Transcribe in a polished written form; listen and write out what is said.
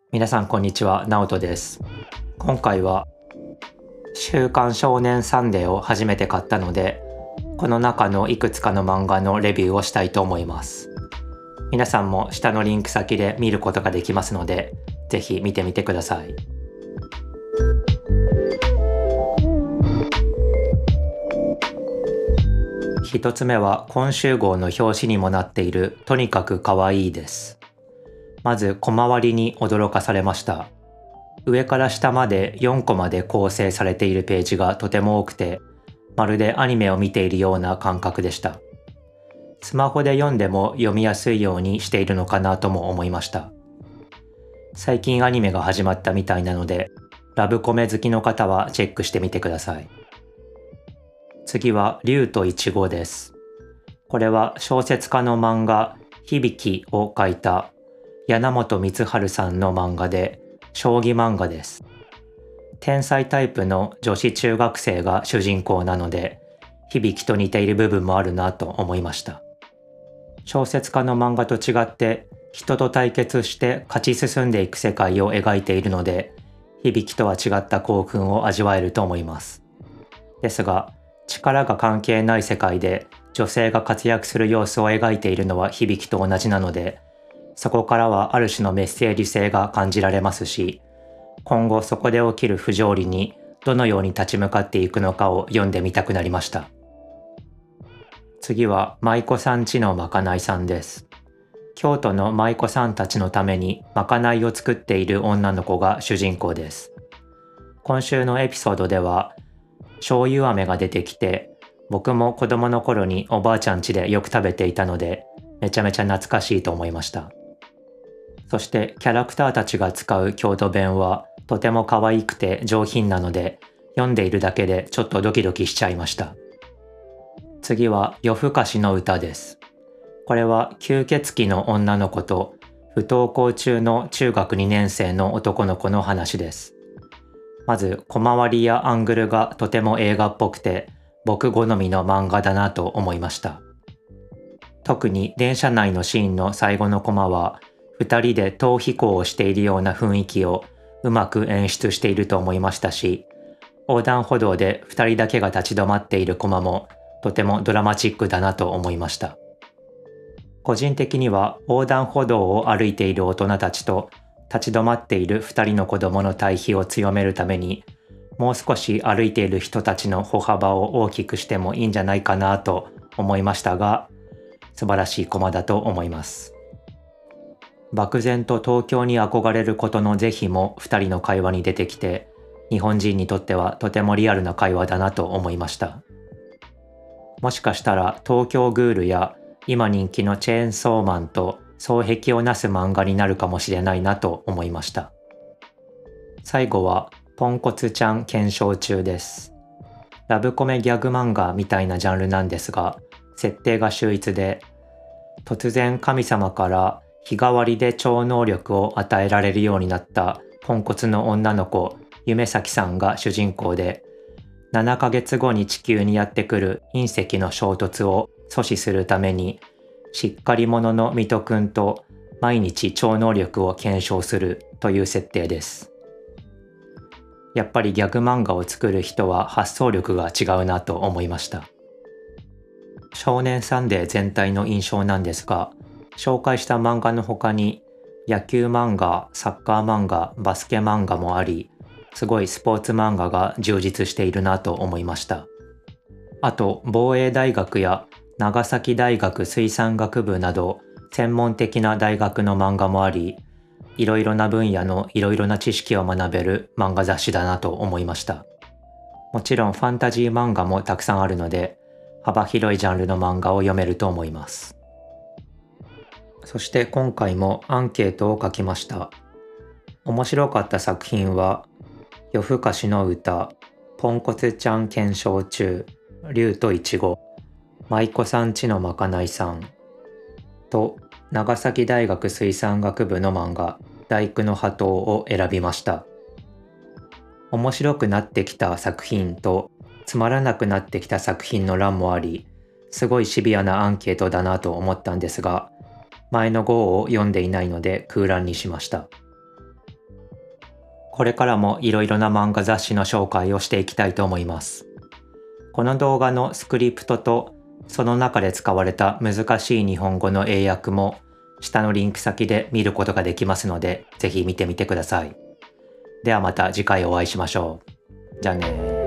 皆さんこんにちは、ナオトです。今回は週刊少年サンデーを初めて買ったので、この中のいくつかの漫画のレビューをしたいと思います。皆さんも下のリンク先で見ることができますので、ぜひ見てみてください。一つ目は今週号の表紙にもなっているとにかく可愛いです。まず小回りに驚かされました。上から下まで4コマで構成されているページがとても多くて、まるでアニメを見ているような感覚でした。スマホで読んでも読みやすいようにしているのかなとも思いました。最近アニメが始まったみたいなので、ラブコメ好きの方はチェックしてみてください。次は竜とイチゴです。これは小説家の漫画響を書いた柳本光晴さんの漫画で、将棋漫画です。天才タイプの女子中学生が主人公なので、響と似ている部分もあるなと思いました。小説家の漫画と違って人と対決して勝ち進んでいく世界を描いているので、響とは違った興奮を味わえると思います。ですが、力が関係ない世界で女性が活躍する様子を描いているのは響と同じなので、そこからはある種のメッセージ性が感じられますし、今後そこで起きる不条理にどのように立ち向かっていくのかを読んでみたくなりました。次は舞妓さんちのまかないさんです。京都の舞妓さんたちのためにまかないを作っている女の子が主人公です。今週のエピソードでは醤油飴が出てきて、僕も子供の頃におばあちゃん家でよく食べていたので、めちゃめちゃ懐かしいと思いました。そしてキャラクターたちが使う京都弁はとても可愛くて上品なので、読んでいるだけでちょっとドキドキしちゃいました。次は夜更かしの歌です。これは吸血鬼の女の子と不登校中の中学2年生の男の子の話です。まず小回りやアングルがとても映画っぽくて、僕好みの漫画だなと思いました。特に電車内のシーンの最後のコマは、2人で逃避行をしているような雰囲気をうまく演出していると思いましたし、横断歩道で2人だけが立ち止まっているコマもとてもドラマチックだなと思いました。個人的には横断歩道を歩いている大人たちと立ち止まっている2人の子供の対比を強めるために、もう少し歩いている人たちの歩幅を大きくしてもいいんじゃないかなと思いましたが、素晴らしいコマだと思います。漠然と東京に憧れることの是非も2人の会話に出てきて、日本人にとってはとてもリアルな会話だなと思いました。もしかしたら東京グールや今人気のチェーンソーマンと双璧をなす漫画になるかもしれないなと思いました。最後はポンコツちゃん検証中です。ラブコメギャグ漫画みたいなジャンルなんですが、設定が秀逸で、突然神様から日替わりで超能力を与えられるようになったポンコツの女の子、夢咲さんが主人公で、7ヶ月後に地球にやってくる隕石の衝突を阻止するために、しっかり者の水戸くんと毎日超能力を検証するという設定です。やっぱりギャグ漫画を作る人は発想力が違うなと思いました。少年サンデー全体の印象なんですが、紹介した漫画の他に野球漫画、サッカー漫画、バスケ漫画もあり、すごいスポーツ漫画が充実しているなと思いました。あと防衛大学や長崎大学水産学部など専門的な大学の漫画もあり、いろいろな分野のいろいろな知識を学べる漫画雑誌だなと思いました。もちろんファンタジー漫画もたくさんあるので、幅広いジャンルの漫画を読めると思います。そして今回もアンケートを書きました。面白かった作品は、夜更かしの歌、ポンコツちゃん検証中、竜とイチゴ、舞妓さんちのまかないさんと、長崎大学水産学部の漫画、大工の波頭を選びました。面白くなってきた作品と、つまらなくなってきた作品の欄もあり、すごいシビアなアンケートだなと思ったんですが、前の号を読んでいないので空欄にしました。 これからもいろいろな漫画雑誌の紹介をしていきたいと思います。この動画のスクリプトとその中で使われた難しい日本語の英訳も下のリンク先で見ることができますので、ぜひ見てみてください。ではまた次回お会いしましょう。じゃあねー。